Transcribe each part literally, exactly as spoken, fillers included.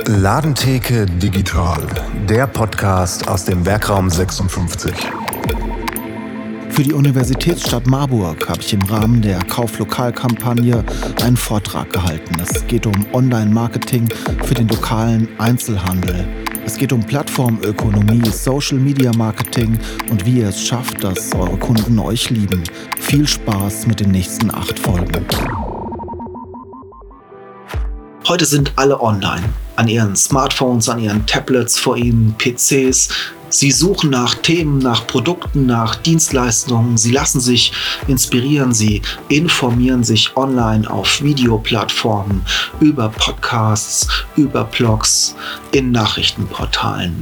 Ladentheke Digital, der Podcast aus dem Werkraum sechsundfünfzig. Für die Universitätsstadt Marburg habe ich im Rahmen der Kauflokalkampagne einen Vortrag gehalten. Es geht um Online-Marketing für den lokalen Einzelhandel. Es geht um Plattformökonomie, Social-Media-Marketing und wie ihr es schafft, dass eure Kunden euch lieben. Viel Spaß mit den nächsten acht Folgen. Heute sind alle online, an ihren Smartphones, an ihren Tablets, vor ihnen P Cs. Sie suchen nach Themen, nach Produkten, nach Dienstleistungen. Sie lassen sich inspirieren, sie informieren sich online auf Videoplattformen, über Podcasts, über Blogs, in Nachrichtenportalen.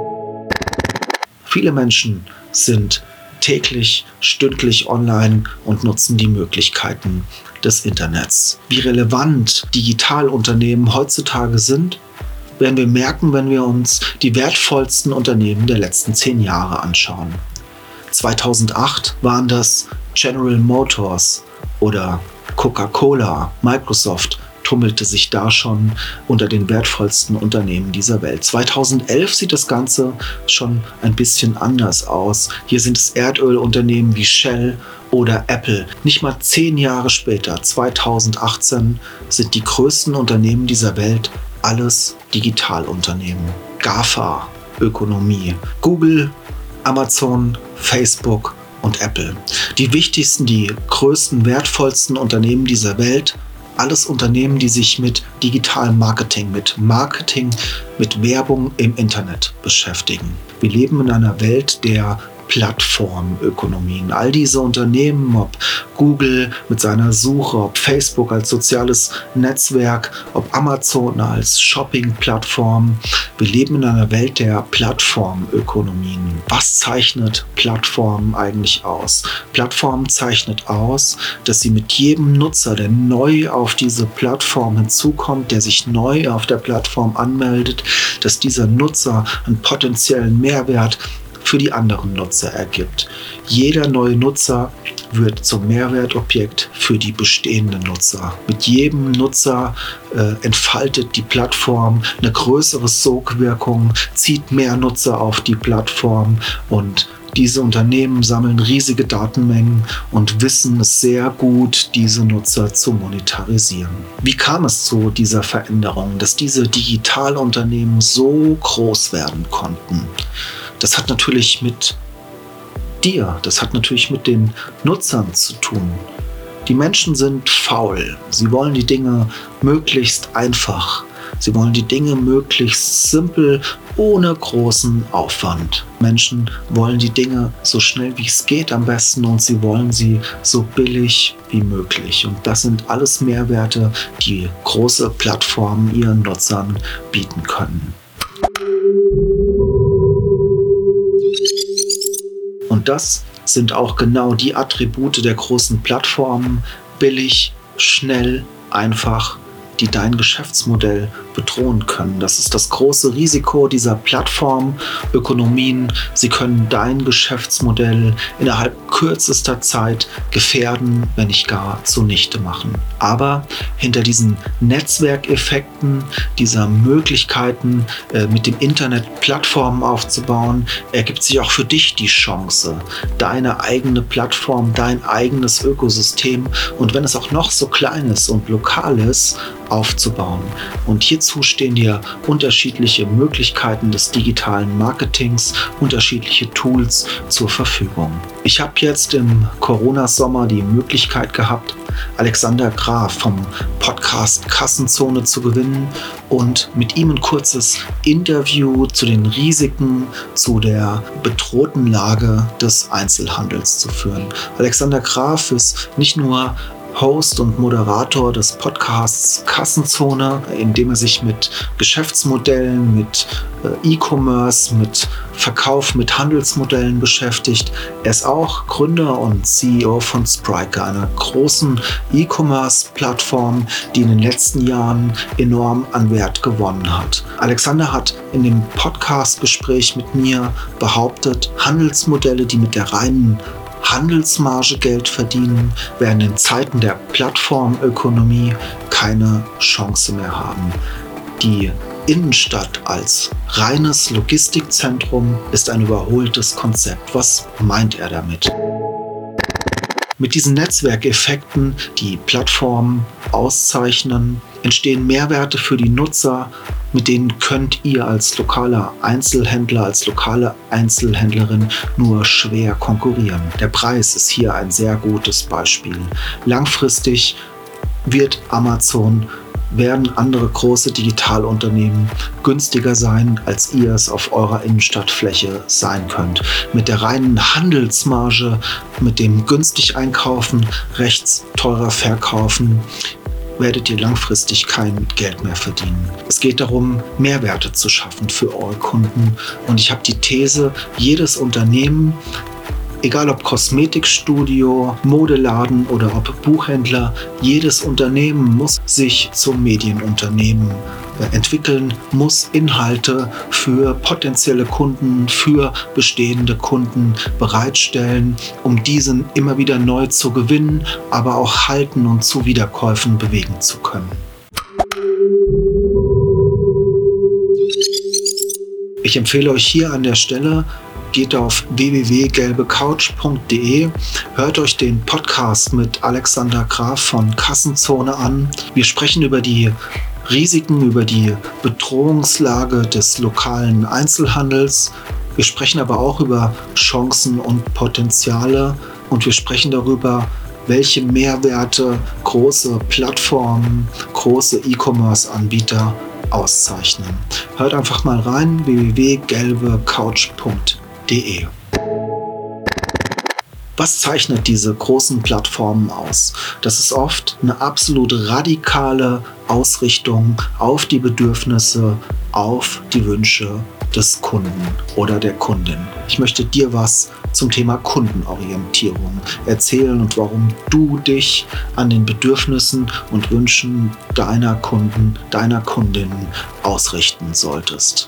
Viele Menschen sind täglich, stündlich online und nutzen die Möglichkeiten des Internets. Wie relevant Digitalunternehmen heutzutage sind, werden wir merken, wenn wir uns die wertvollsten Unternehmen der letzten zehn Jahre anschauen. zweitausendacht waren das General Motors oder Coca-Cola. Microsoft tummelte sich da schon unter den wertvollsten Unternehmen dieser Welt. zweitausendelf sieht das Ganze schon ein bisschen anders aus. Hier sind es Erdölunternehmen wie Shell oder Apple. Nicht mal zehn Jahre später, zweitausendachtzehn, sind die größten Unternehmen dieser Welt alles Digitalunternehmen. GAFA, Ökonomie. Google, Amazon, Facebook und Apple. Die wichtigsten, die größten, wertvollsten Unternehmen dieser Welt. Alles Unternehmen, die sich mit digitalem Marketing, mit Marketing, mit Werbung im Internet beschäftigen. Wir leben in einer Welt der Plattformökonomien. All diese Unternehmen, ob Google mit seiner Suche, ob Facebook als soziales Netzwerk, ob Amazon als Shopping-Plattform. Wir leben in einer Welt der Plattformökonomien. Was zeichnet Plattformen eigentlich aus? Plattformen zeichnet aus, dass sie mit jedem Nutzer, der neu auf diese Plattform hinzukommt, der sich neu auf der Plattform anmeldet, dass dieser Nutzer einen potenziellen Mehrwert für die anderen Nutzer ergibt. Jeder neue Nutzer wird zum Mehrwertobjekt für die bestehenden Nutzer. Mit jedem Nutzer äh, entfaltet die Plattform eine größere Sogwirkung, zieht mehr Nutzer auf die Plattform und diese Unternehmen sammeln riesige Datenmengen und wissen es sehr gut, diese Nutzer zu monetarisieren. Wie kam es zu dieser Veränderung, dass diese Digitalunternehmen so groß werden konnten? Das hat natürlich mit dir, das hat natürlich mit den Nutzern zu tun. Die Menschen sind faul. Sie wollen die Dinge möglichst einfach. Sie wollen die Dinge möglichst simpel, ohne großen Aufwand. Menschen wollen die Dinge so schnell wie es geht am besten und sie wollen sie so billig wie möglich. Und das sind alles Mehrwerte, die große Plattformen ihren Nutzern bieten können. Und das sind auch genau die Attribute der großen Plattformen, billig, schnell, einfach, die dein Geschäftsmodell bedrohen können. Das ist das große Risiko dieser Plattformökonomien. Sie können dein Geschäftsmodell innerhalb kürzester Zeit gefährden, wenn nicht gar zunichte machen. Aber hinter diesen Netzwerkeffekten, dieser Möglichkeiten, äh, mit dem Internet Plattformen aufzubauen, ergibt sich auch für dich die Chance, deine eigene Plattform, dein eigenes Ökosystem und wenn es auch noch so klein ist und lokal ist, aufzubauen. Und hierzu stehen dir unterschiedliche Möglichkeiten des digitalen Marketings, unterschiedliche Tools zur Verfügung. Ich habe jetzt im Corona-Sommer die Möglichkeit gehabt, Alexander Graf vom Podcast Kassenzone zu gewinnen und mit ihm ein kurzes Interview zu den Risiken, zu der bedrohten Lage des Einzelhandels zu führen. Alexander Graf ist nicht nur Host und Moderator des Podcasts Kassenzone, in dem er sich mit Geschäftsmodellen, mit äh, E-Commerce, mit Verkauf, mit Handelsmodellen beschäftigt. Er ist auch Gründer und C E O von Spryker, einer großen E-Commerce-Plattform, die in den letzten Jahren enorm an Wert gewonnen hat. Alexander hat in dem Podcast-Gespräch mit mir behauptet, Handelsmodelle, die mit der reinen Handelsmarge Geld verdienen, werden in Zeiten der Plattformökonomie keine Chance mehr haben. Die Innenstadt als reines Logistikzentrum ist ein überholtes Konzept. Was meint er damit? Mit diesen Netzwerkeffekten, die Plattformen auszeichnen, entstehen Mehrwerte für die Nutzer, mit denen könnt ihr als lokaler Einzelhändler, als lokale Einzelhändlerin nur schwer konkurrieren. Der Preis ist hier ein sehr gutes Beispiel. Langfristig wird Amazon, werden andere große Digitalunternehmen günstiger sein, als ihr es auf eurer Innenstadtfläche sein könnt. Mit der reinen Handelsmarge, mit dem günstig einkaufen, rechts teurer verkaufen, werdet ihr langfristig kein Geld mehr verdienen. Es geht darum, Mehrwerte zu schaffen für eure Kunden. Und ich habe die These, jedes Unternehmen, egal ob Kosmetikstudio, Modeladen oder ob Buchhändler, jedes Unternehmen muss sich zum Medienunternehmen entwickeln, muss Inhalte für potenzielle Kunden, für bestehende Kunden bereitstellen, um diesen immer wieder neu zu gewinnen, aber auch halten und zu Wiederkäufen bewegen zu können. Ich empfehle euch hier an der Stelle, geht auf w w w punkt gelbe couch punkt d e, hört euch den Podcast mit Alexander Graf von Kassenzone an. Wir sprechen über die Risiken, über die Bedrohungslage des lokalen Einzelhandels. Wir sprechen aber auch über Chancen und Potenziale und wir sprechen darüber, welche Mehrwerte große Plattformen, große E-Commerce-Anbieter auszeichnen. Hört einfach mal rein, w w w punkt gelbe couch punkt d e. Was zeichnet diese großen Plattformen aus? Das ist oft eine absolut radikale Ausrichtung auf die Bedürfnisse, auf die Wünsche des Kunden oder der Kundin. Ich möchte dir was zum Thema Kundenorientierung erzählen und warum du dich an den Bedürfnissen und Wünschen deiner Kunden, deiner Kundinnen ausrichten solltest.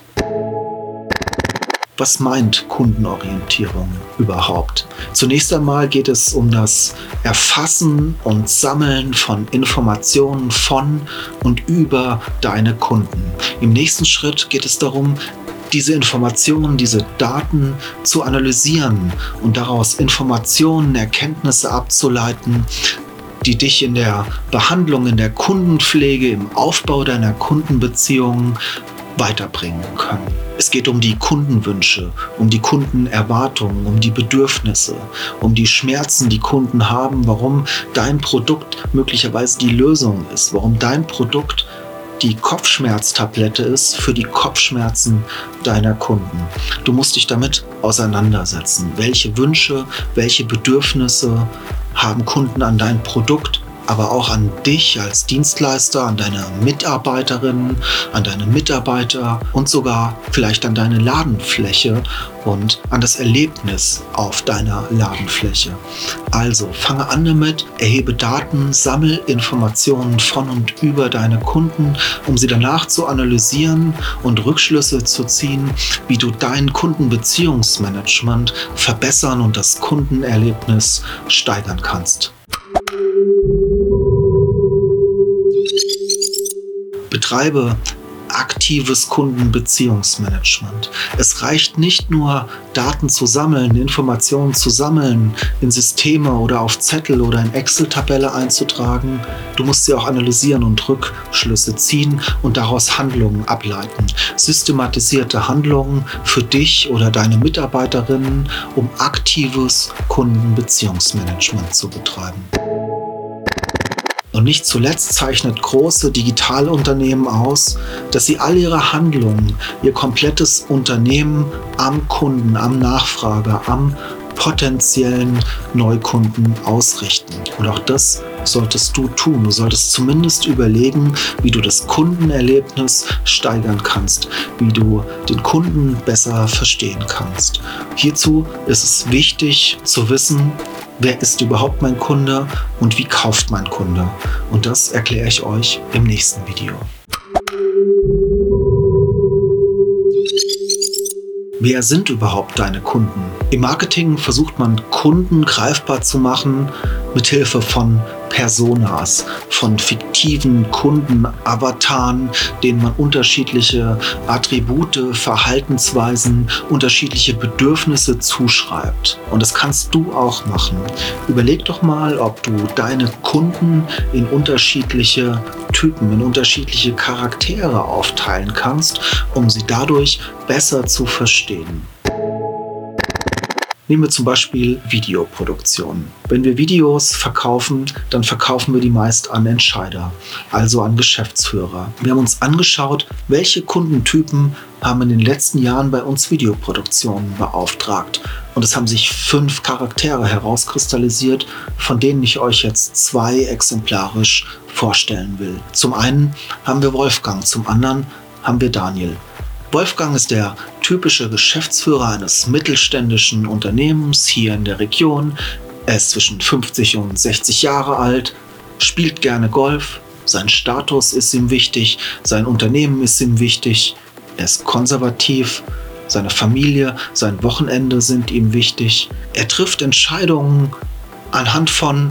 Was meint Kundenorientierung überhaupt? Zunächst einmal geht es um das Erfassen und Sammeln von Informationen von und über deine Kunden. Im nächsten Schritt geht es darum, diese Informationen, diese Daten zu analysieren und daraus Informationen, Erkenntnisse abzuleiten, die dich in der Behandlung, in der Kundenpflege, im Aufbau deiner Kundenbeziehungen weiterbringen können. Es geht um die Kundenwünsche, um die Kundenerwartungen, um die Bedürfnisse, um die Schmerzen, die Kunden haben, warum dein Produkt möglicherweise die Lösung ist, warum dein Produkt die Kopfschmerztablette ist für die Kopfschmerzen deiner Kunden. Du musst dich damit auseinandersetzen. Welche Wünsche, welche Bedürfnisse haben Kunden an dein Produkt, aber auch an dich als Dienstleister, an deine Mitarbeiterinnen, an deine Mitarbeiter und sogar vielleicht an deine Ladenfläche und an das Erlebnis auf deiner Ladenfläche. Also fange an damit, erhebe Daten, sammle Informationen von und über deine Kunden, um sie danach zu analysieren und Rückschlüsse zu ziehen, wie du dein Kundenbeziehungsmanagement verbessern und das Kundenerlebnis steigern kannst. Betreibe aktives Kundenbeziehungsmanagement. Es reicht nicht nur, Daten zu sammeln, Informationen zu sammeln, in Systeme oder auf Zettel oder in Excel-Tabelle einzutragen. Du musst sie auch analysieren und Rückschlüsse ziehen und daraus Handlungen ableiten. Systematisierte Handlungen für dich oder deine Mitarbeiterinnen, um aktives Kundenbeziehungsmanagement zu betreiben. Und nicht zuletzt zeichnet große Digitalunternehmen aus, dass sie all ihre Handlungen, ihr komplettes Unternehmen am Kunden, am Nachfrager, am potenziellen Neukunden ausrichten. Und auch das solltest du tun. Du solltest zumindest überlegen, wie du das Kundenerlebnis steigern kannst, wie du den Kunden besser verstehen kannst. Hierzu ist es wichtig zu wissen, wer ist überhaupt mein Kunde und wie kauft mein Kunde. Und das erkläre ich euch im nächsten Video. Wer sind überhaupt deine Kunden? Im Marketing versucht man, Kunden greifbar zu machen mithilfe von Personas, von fiktiven Kunden-Avataren, denen man unterschiedliche Attribute, Verhaltensweisen, unterschiedliche Bedürfnisse zuschreibt. Und das kannst du auch machen. Überleg doch mal, ob du deine Kunden in unterschiedliche Typen, in unterschiedliche Charaktere aufteilen kannst, um sie dadurch besser zu verstehen. Nehmen wir zum Beispiel Videoproduktion. Wenn wir Videos verkaufen, dann verkaufen wir die meist an Entscheider, also an Geschäftsführer. Wir haben uns angeschaut, welche Kundentypen haben in den letzten Jahren bei uns Videoproduktionen beauftragt. Und es haben sich fünf Charaktere herauskristallisiert, von denen ich euch jetzt zwei exemplarisch vorstellen will. Zum einen haben wir Wolfgang, zum anderen haben wir Daniel. Wolfgang ist der typische Geschäftsführer eines mittelständischen Unternehmens hier in der Region. Er ist zwischen fünfzig und sechzig Jahre alt, spielt gerne Golf, sein Status ist ihm wichtig, sein Unternehmen ist ihm wichtig, er ist konservativ, seine Familie, sein Wochenende sind ihm wichtig. Er trifft Entscheidungen anhand von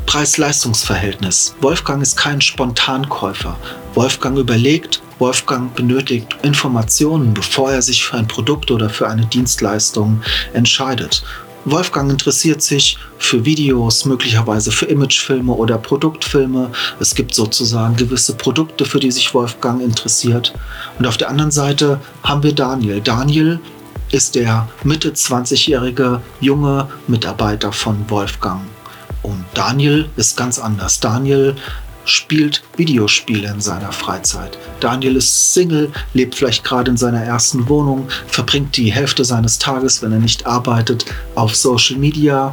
Preis-Leistungs-Verhältnis. Wolfgang ist kein Spontankäufer. Wolfgang überlegt, Wolfgang benötigt Informationen, bevor er sich für ein Produkt oder für eine Dienstleistung entscheidet. Wolfgang interessiert sich für Videos, möglicherweise für Imagefilme oder Produktfilme. Es gibt sozusagen gewisse Produkte, für die sich Wolfgang interessiert. Und auf der anderen Seite haben wir Daniel. Daniel ist der Mitte zwanzigjährige junge Mitarbeiter von Wolfgang. Und Daniel ist ganz anders. Daniel spielt Videospiele in seiner Freizeit. Daniel ist Single, lebt vielleicht gerade in seiner ersten Wohnung, verbringt die Hälfte seines Tages, wenn er nicht arbeitet, auf Social Media.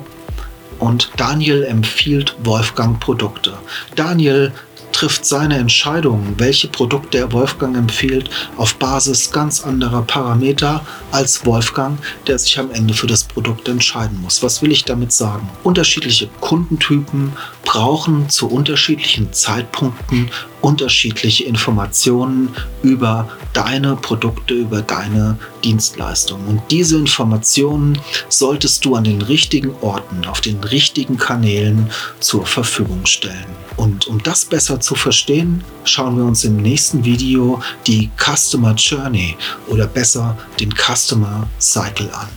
Und Daniel empfiehlt Wolfgang Produkte. Daniel trifft seine Entscheidungen, welche Produkte er Wolfgang empfiehlt, auf Basis ganz anderer Parameter als Wolfgang, der sich am Ende für das Produkt entscheiden muss. Was will ich damit sagen? Unterschiedliche Kundentypen brauchen zu unterschiedlichen Zeitpunkten unterschiedliche Informationen über deine Produkte, über deine Dienstleistungen. Und diese Informationen solltest du an den richtigen Orten, auf den richtigen Kanälen zur Verfügung stellen. Und um das besser zu verstehen, schauen wir uns im nächsten Video die Customer Journey oder besser den Customer Cycle an.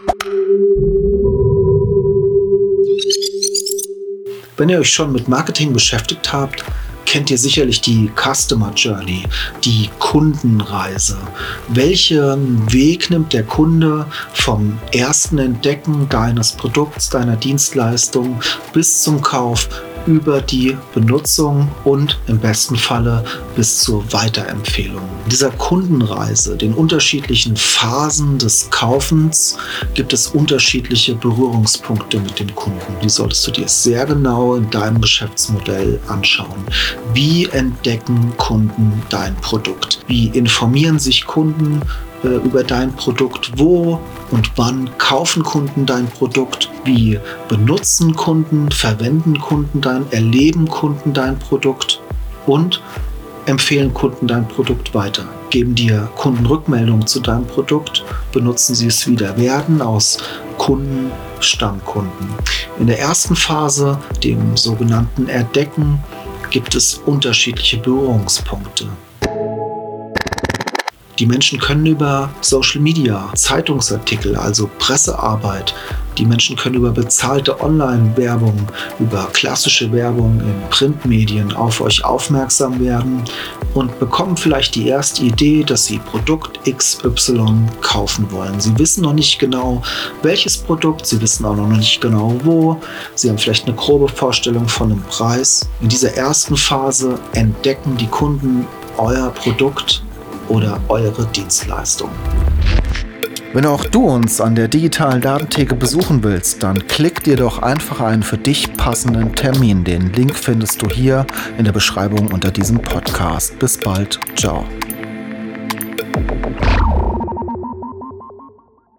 Wenn ihr euch schon mit Marketing beschäftigt habt, kennt ihr sicherlich die Customer Journey, die Kundenreise. Welchen Weg nimmt der Kunde vom ersten Entdecken deines Produkts, deiner Dienstleistung bis zum Kauf, über die Benutzung und im besten Falle bis zur Weiterempfehlung. In dieser Kundenreise, den unterschiedlichen Phasen des Kaufens, gibt es unterschiedliche Berührungspunkte mit dem Kunden. Die solltest du dir sehr genau in deinem Geschäftsmodell anschauen. Wie entdecken Kunden dein Produkt? Wie informieren sich Kunden äh, über dein Produkt? Wo und wann kaufen Kunden dein Produkt? Wie benutzen Kunden, verwenden Kunden dein, erleben Kunden dein Produkt? Und empfehlen Kunden dein Produkt weiter? Geben dir Kunden Rückmeldung zu deinem Produkt? Benutzen sie es wieder? Werden aus Kunden Stammkunden. In der ersten Phase, dem sogenannten Erdecken, gibt es unterschiedliche Berührungspunkte. Die Menschen können über Social Media, Zeitungsartikel, also Pressearbeit, die Menschen können über bezahlte Online-Werbung, über klassische Werbung in Printmedien auf euch aufmerksam werden und bekommen vielleicht die erste Idee, dass sie Produkt X Y kaufen wollen. Sie wissen noch nicht genau, welches Produkt, sie wissen auch noch nicht genau wo, sie haben vielleicht eine grobe Vorstellung von dem Preis. In dieser ersten Phase entdecken die Kunden euer Produkt oder eure Dienstleistung. Wenn auch du uns an der digitalen Datentheke besuchen willst, dann klick dir doch einfach einen für dich passenden Termin. Den Link findest du hier in der Beschreibung unter diesem Podcast. Bis bald. Ciao.